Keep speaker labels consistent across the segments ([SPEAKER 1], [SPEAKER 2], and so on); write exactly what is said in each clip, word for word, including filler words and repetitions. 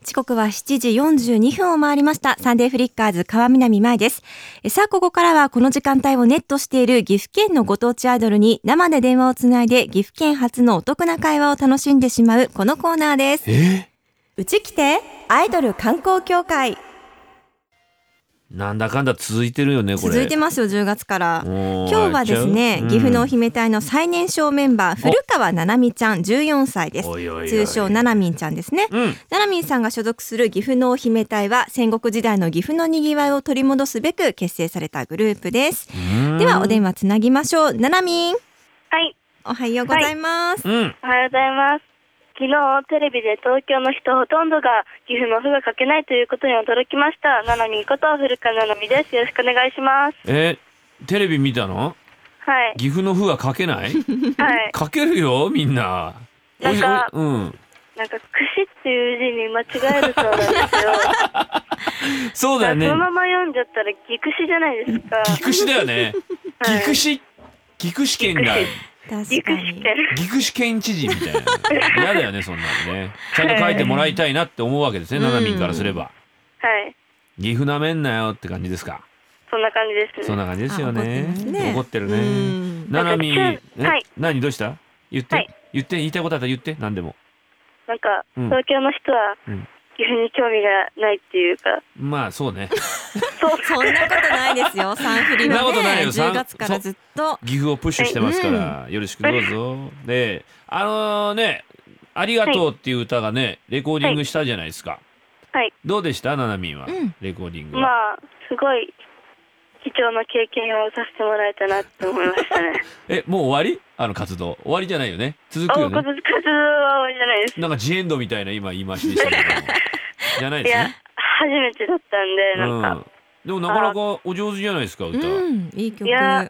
[SPEAKER 1] 時刻はしちじよんじゅうにふんを回りました。サンデーフリッカーズ川南舞です。さあここからはこの時間帯をネットしている岐阜県のご当地アイドルに生で電話をつないで岐阜県初のお得な会話を楽しんでしまうこのコーナーです。
[SPEAKER 2] え
[SPEAKER 1] うち来てアイドル観光協会。
[SPEAKER 2] なんだかんだ続いてるよねこれ。
[SPEAKER 1] 続いてますよじゅうがつから。
[SPEAKER 2] 今
[SPEAKER 1] 今日はですね、うん、岐阜のお姫隊の最年少メンバー古川ななみちゃんじゅうよんさいです。
[SPEAKER 2] おいおいおい
[SPEAKER 1] 通称ななみんちゃんですね、うん、ななみんさんが所属する岐阜のお姫隊は戦国時代の岐阜のにぎわいを取り戻すべく結成されたグループです。ではお電話つなぎましょう。ななみん。
[SPEAKER 3] はい、
[SPEAKER 1] おはようございます、
[SPEAKER 2] はい、うん、
[SPEAKER 3] おはようございます。昨日テレビで東京の人ほとんどが岐阜の負が書けないということに驚きました。ななみんこと古川ななみです。よろしくお願いします。
[SPEAKER 2] えー、テレビ見たの？
[SPEAKER 3] はい。
[SPEAKER 2] 岐阜の負が書けない？
[SPEAKER 3] はい。
[SPEAKER 2] 書けるよみんな。
[SPEAKER 3] なんか、
[SPEAKER 2] うん、
[SPEAKER 3] なんかくしっていう字に間違えるそうなんですよ。
[SPEAKER 2] そうだよね。
[SPEAKER 3] そのまま読んじゃったらぎくしじゃないですか。
[SPEAKER 2] ぎくしだよね。ぎくし、ぎくし県だ。
[SPEAKER 1] 確かに
[SPEAKER 2] 岐阜市県知事みたいな嫌だよねそんなのね。ちゃんと書いてもらいたいなって思うわけですね、ななみんからすれば。
[SPEAKER 3] はい。
[SPEAKER 2] 岐阜なめんなよって感じですか？
[SPEAKER 3] そんな感じですね。
[SPEAKER 2] そんな感じですよね。怒ってるね。ななみん、
[SPEAKER 3] はい、
[SPEAKER 2] 何どうした？言って、
[SPEAKER 3] はい、
[SPEAKER 2] 言って言いたいことあったら言って何でも。
[SPEAKER 3] なんか、うん、東京の人は、うん岐阜に興味がないっていうか。
[SPEAKER 2] まあそうね。
[SPEAKER 1] そ, そんなことないですよ。サンフリのねじゅうがつからずっと
[SPEAKER 2] 岐阜をプッシュしてますから、はい、よろしくどうぞ。であのー、ねありがとうっていう歌がねレコーディングしたじゃないですか。
[SPEAKER 3] はい、
[SPEAKER 2] どうでしたななみんは、うん、レコーディングは。
[SPEAKER 3] まあすごい貴重な経験をさせてもらえたなって思いましたね。
[SPEAKER 2] えもう終わり？あの活動終わりじゃないよね。続くよね。
[SPEAKER 3] 活動は終わりじゃないです。
[SPEAKER 2] なんかジエンドみたいな今言い回しでしたけどじゃないですね。
[SPEAKER 3] いや初めてだったんでなんか、うん、
[SPEAKER 2] でもなかなかお上手じゃないですか歌、
[SPEAKER 1] うん、いい曲。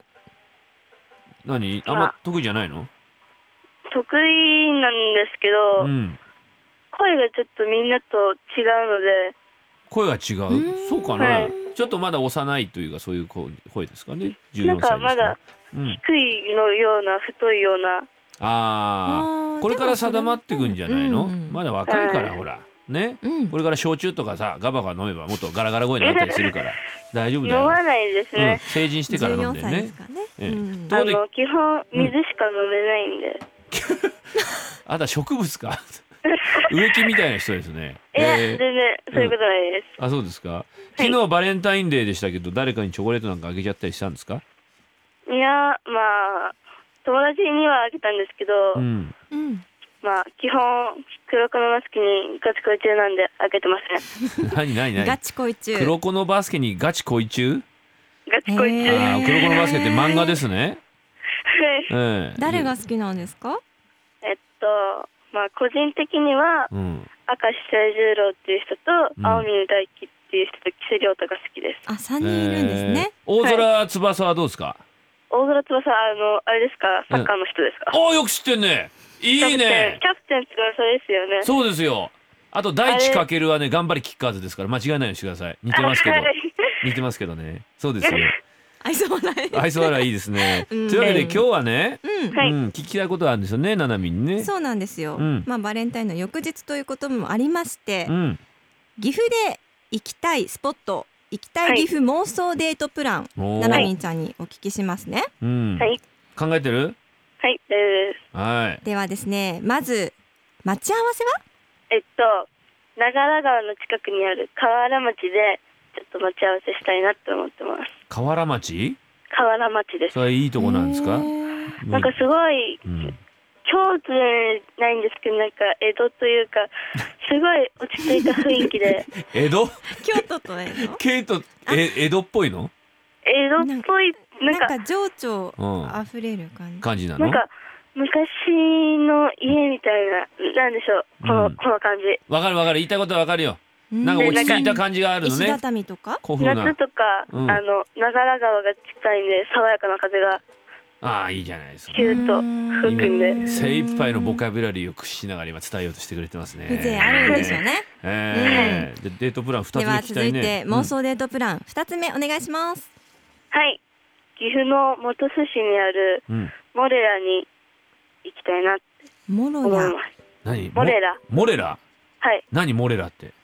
[SPEAKER 2] 何あんま得意じゃないの？
[SPEAKER 3] 得意なんですけど、うん、声がちょっとみんなと違うので。
[SPEAKER 2] 声が違う？そうかな、はい、ちょっとまだ幼いというかそういう声ですかね。じゅうよんさいですか。
[SPEAKER 3] なんかまだ低いのような、うん、太いような。
[SPEAKER 2] ああこれから定まってくんじゃないの、うん、まだ若いから、はい、ほらね、うん、これから焼酎とかさガバガバ飲めばもっとガラガラ声になったりするから大丈夫だよ。
[SPEAKER 3] 飲まないですね、
[SPEAKER 2] うん、成人してから飲んでね。
[SPEAKER 3] ええうん、あの基本水しか飲めないんで、
[SPEAKER 2] うん、あと植物か植木みたいな人ですね。
[SPEAKER 3] いや、えー、全然そういうことないです、
[SPEAKER 2] うん、あそうですか。昨日バレンタインデーでしたけど、はい、誰かにチョコレートなんかあげちゃったりしたんですか？
[SPEAKER 3] いやまあ友達にはあげたんですけど、
[SPEAKER 2] うん
[SPEAKER 3] まあ基本黒子のバスケにガチ恋中なんであげてません。
[SPEAKER 2] 何何何
[SPEAKER 1] ガチ恋中。
[SPEAKER 2] 黒子のバスケにガチ恋中？
[SPEAKER 3] ガチ恋中。
[SPEAKER 2] あ黒子のバスケって漫画ですね。
[SPEAKER 3] はい、
[SPEAKER 1] えー、誰が好きなんですか？
[SPEAKER 3] えっとまあ個人的には、うん、明石誠十郎っていう人と、うん、青峰大輝っていう人と岸亮太が好きです。
[SPEAKER 1] あさんにんいるんですね、
[SPEAKER 2] えー、大空翼はどうですか？はい、
[SPEAKER 3] 大空翼あのあれですかサッカーの人ですか？
[SPEAKER 2] うん、あよく知ってんね。いいね。
[SPEAKER 3] キャプテンってそうですよね。
[SPEAKER 2] そうですよ。あと大地かけるはね頑張りキッカーズですから間違いないようにしてください。似てますけど似てますけどね。そうですよ。
[SPEAKER 1] 愛想笑い
[SPEAKER 2] 愛想笑いいいですね、うん、というわけで今日はね、うんうん、聞きたいことがあるんですよねななみんね。
[SPEAKER 1] そうなんですよ、うん、まあバレンタインの翌日ということもありまして、
[SPEAKER 2] うん、
[SPEAKER 1] 岐阜で行きたいスポット行きたい岐阜妄想デートプラン、はい、ななみんちゃんにお聞きしますね、
[SPEAKER 2] うん
[SPEAKER 3] はい、
[SPEAKER 2] 考えてる？
[SPEAKER 3] はい、大丈夫です。
[SPEAKER 2] はい、
[SPEAKER 1] ではですねまず待ち合わせは
[SPEAKER 3] えっと長良川の近くにある河原町でちょっと待ち合わせしたいなと思ってます。
[SPEAKER 2] 河原町？
[SPEAKER 3] 河原町です。
[SPEAKER 2] それいいとこなんですか？
[SPEAKER 3] なんかすごい、うん、京都でないんですけどなんか江戸というかすごい落ち着いた雰囲気で
[SPEAKER 2] 江戸？
[SPEAKER 1] 京都と江戸？
[SPEAKER 2] 京都え江戸っぽいの？
[SPEAKER 3] 江戸っぽい
[SPEAKER 1] なんか情緒あふれる感じ、
[SPEAKER 2] うん、感じなの？
[SPEAKER 3] なんか昔の家みたいななんでしょうこの、うん、この感じ。
[SPEAKER 2] わかるわかる言いたいことはわかるよ。なんか落ち着いた感じがあるのね。
[SPEAKER 1] 石畳とか
[SPEAKER 3] 夏とか、うん、あの長良川が近いんで爽やかな風が
[SPEAKER 2] ああいいじゃないですか。
[SPEAKER 3] キューと吹くんで
[SPEAKER 2] 精一杯のボキャブラリーを駆使しながら今伝えようとしてくれてますね。
[SPEAKER 1] 風情あるんでしょうね。
[SPEAKER 2] えーうん、でデートプランふたつめ聞きたいね。
[SPEAKER 1] では続いて妄想デートプランふたつめお願いします。
[SPEAKER 3] はい岐阜の本巣市にあるモレラに行きたいなって思います。
[SPEAKER 1] モロラ
[SPEAKER 2] 何
[SPEAKER 3] モレラ
[SPEAKER 2] モレラ
[SPEAKER 3] はい
[SPEAKER 2] 何モレラって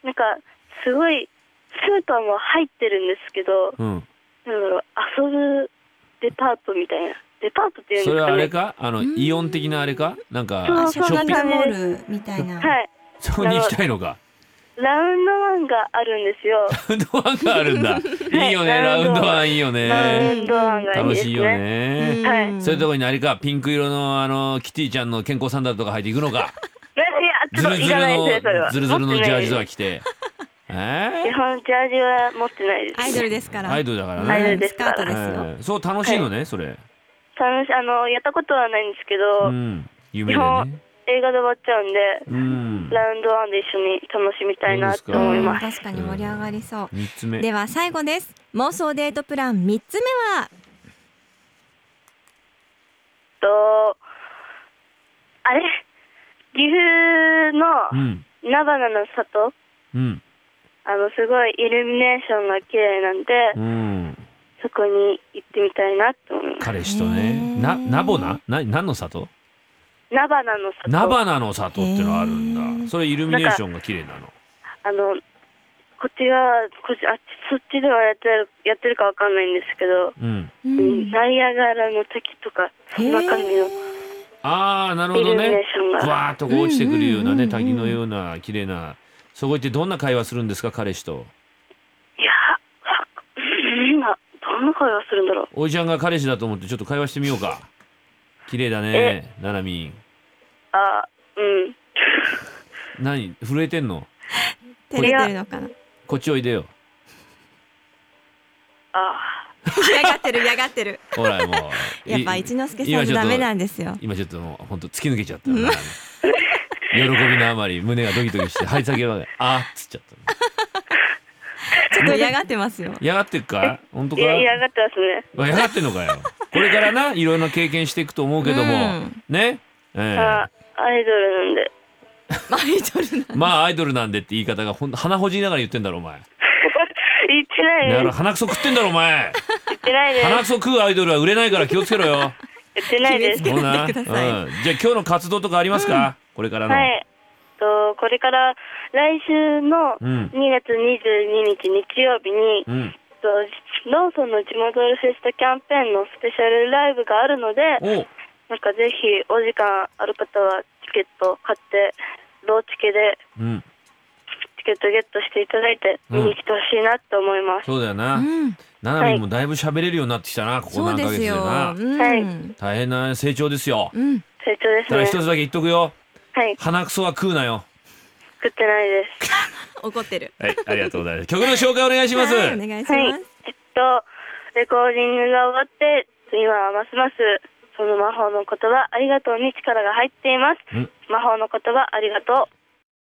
[SPEAKER 3] なんかすごいスーパーも入ってるんですけど、
[SPEAKER 2] うん、
[SPEAKER 3] なんだろう、遊ぶデパートみたいな、デパートっていうんですかね。
[SPEAKER 2] それはあれか、あのイオン的なあれか、なんか
[SPEAKER 3] そう
[SPEAKER 1] ショッピングモ
[SPEAKER 3] そんな感じ
[SPEAKER 1] ールみたいな。
[SPEAKER 3] はい。
[SPEAKER 2] そこに行きたいのか。
[SPEAKER 3] ラウンドワンがあるんですよ。
[SPEAKER 2] ラウンドワンがあるんだ。いいよね、ラウンドワンいいよ
[SPEAKER 3] ラウ
[SPEAKER 2] ね。
[SPEAKER 3] ンドワンがいいですね。
[SPEAKER 2] 楽しいよね。
[SPEAKER 3] はい
[SPEAKER 2] そういうところにあれか、ピンク色のあのキティちゃんの健康サンダルとか履いていくのか。
[SPEAKER 3] いや、ちょっとい
[SPEAKER 2] ズルズル
[SPEAKER 3] らないですね、それ
[SPEAKER 2] の
[SPEAKER 3] は。
[SPEAKER 2] ズルズルのジャージとか
[SPEAKER 3] 着
[SPEAKER 2] 着て。え
[SPEAKER 3] 基
[SPEAKER 2] ー、
[SPEAKER 3] 本ジャージは持ってないです。
[SPEAKER 1] アイドルですから。
[SPEAKER 2] アイドルだから
[SPEAKER 3] アイド
[SPEAKER 2] ね。
[SPEAKER 3] ルですから
[SPEAKER 1] スカートですよ。
[SPEAKER 2] えーそう楽しいのね、それ。
[SPEAKER 3] 楽しい、あの、やったことはないんですけど、
[SPEAKER 2] うん、夢でね。
[SPEAKER 3] 映画で終わっちゃうんで、
[SPEAKER 2] うん。
[SPEAKER 3] ラウンドワンで一緒に楽しみたいなって思い
[SPEAKER 1] うん
[SPEAKER 3] ます。
[SPEAKER 1] 確かに盛り上がりそう。
[SPEAKER 2] 三つ目。
[SPEAKER 1] では最後です。妄想デートプランみっつめは。
[SPEAKER 3] と、あれ岐阜の
[SPEAKER 2] うん
[SPEAKER 3] 菜花の里、
[SPEAKER 2] うん
[SPEAKER 3] あの、すごいイルミネーションが綺麗なんで、
[SPEAKER 2] うん。
[SPEAKER 3] そこに行ってみたいなって思います。
[SPEAKER 2] 彼氏と
[SPEAKER 1] へ
[SPEAKER 2] ね。
[SPEAKER 1] ー
[SPEAKER 2] なナボナ？な何の里？
[SPEAKER 3] 菜花の里。
[SPEAKER 2] 菜花の里っていうのがあるん
[SPEAKER 1] へ
[SPEAKER 2] だ。
[SPEAKER 1] ー
[SPEAKER 2] それイルミネーションが綺麗なの。
[SPEAKER 3] あの、こっち側、こっち、あっち、そっちではやってる、やってるかわかんないんですけど、
[SPEAKER 2] うん。
[SPEAKER 1] うん
[SPEAKER 3] ナイアガラの滝とか、そんな感じの
[SPEAKER 2] ああ、なるほど
[SPEAKER 3] イルミネー
[SPEAKER 2] ね。
[SPEAKER 3] ションが。
[SPEAKER 2] ふわーっとこう落ちてくるようなね、
[SPEAKER 1] うんうんうんうん
[SPEAKER 2] 滝のような綺麗な。そこ行ってどんな会話するんですか、彼氏と。
[SPEAKER 3] いや、わみんな、どんな会話するんだろう。
[SPEAKER 2] おいちゃんが彼氏だと思ってちょっと会話してみようか。綺麗だね、ななみん。
[SPEAKER 3] あ、うん。
[SPEAKER 2] 何震えてんの？
[SPEAKER 1] 照れてるのかな。
[SPEAKER 2] こっちおいでよ。
[SPEAKER 3] あ、
[SPEAKER 1] 嫌がってる嫌がってる。
[SPEAKER 2] ほらもう。
[SPEAKER 1] やっぱ
[SPEAKER 2] い
[SPEAKER 1] 一之輔さんじゃダメなんですよ。
[SPEAKER 2] 今ちょっともう本当突き抜けちゃったよ、喜びのあまり胸がドキドキして張り下げがあーっつっちゃった
[SPEAKER 1] ちょっと嫌がってますよ。
[SPEAKER 2] 嫌がってっか本当か
[SPEAKER 3] いや、嫌がってますね。
[SPEAKER 2] あ嫌がってんのかよこれからないろんな経験していくと思うけども、
[SPEAKER 1] うん
[SPEAKER 2] ねええ
[SPEAKER 3] あ、アイドルなんで。
[SPEAKER 1] アイドルな。
[SPEAKER 2] まあアイドルなんでって言い方がほん鼻ほじりながら言ってんだろお前
[SPEAKER 3] 言ってない
[SPEAKER 2] だから
[SPEAKER 3] です。
[SPEAKER 2] 鼻くそ食ってんだろお前
[SPEAKER 3] 言ってないです。
[SPEAKER 2] 鼻くそ食うアイドルは売れないから気をつけろよ
[SPEAKER 3] 言ってないです。
[SPEAKER 1] 決めつけ
[SPEAKER 2] ほな、
[SPEAKER 1] てください
[SPEAKER 2] うん、じゃあ今日の活動とかありますか、これからの、
[SPEAKER 3] はい。と、これから来週の
[SPEAKER 2] うん
[SPEAKER 3] にがつにじゅうににち日曜日に、
[SPEAKER 2] うん
[SPEAKER 3] とローソンの地元フェスタキャンペーンのスペシャルライブがあるので、
[SPEAKER 2] お
[SPEAKER 3] なんかぜひお時間ある方はチケット買ってローチケで
[SPEAKER 2] うん
[SPEAKER 3] チケットゲットしていただいて見に来てほしいなって思います。
[SPEAKER 2] そうだよな、
[SPEAKER 1] うん、
[SPEAKER 2] ななみんもだいぶ喋れるようになってきたなここ
[SPEAKER 1] そう
[SPEAKER 2] 何ヶ月で
[SPEAKER 1] ですよ。
[SPEAKER 2] な
[SPEAKER 1] うん、
[SPEAKER 3] はい
[SPEAKER 2] 大変な成長ですよ、
[SPEAKER 1] うん、
[SPEAKER 3] 成長ですね。
[SPEAKER 2] ただ一つだけ言っとくよ
[SPEAKER 3] はい、
[SPEAKER 2] 鼻くそは食うなよ
[SPEAKER 3] 食ってないです。
[SPEAKER 1] 怒ってる。
[SPEAKER 2] はいありがとうございます曲の紹介お願いします、
[SPEAKER 1] はい、お願いし
[SPEAKER 3] はい
[SPEAKER 1] ます。、
[SPEAKER 3] えっとレコーディングが終わって今はますますその魔法の言葉ありがとうに力が入っています。
[SPEAKER 2] うん
[SPEAKER 3] 魔法の言葉ありがとう。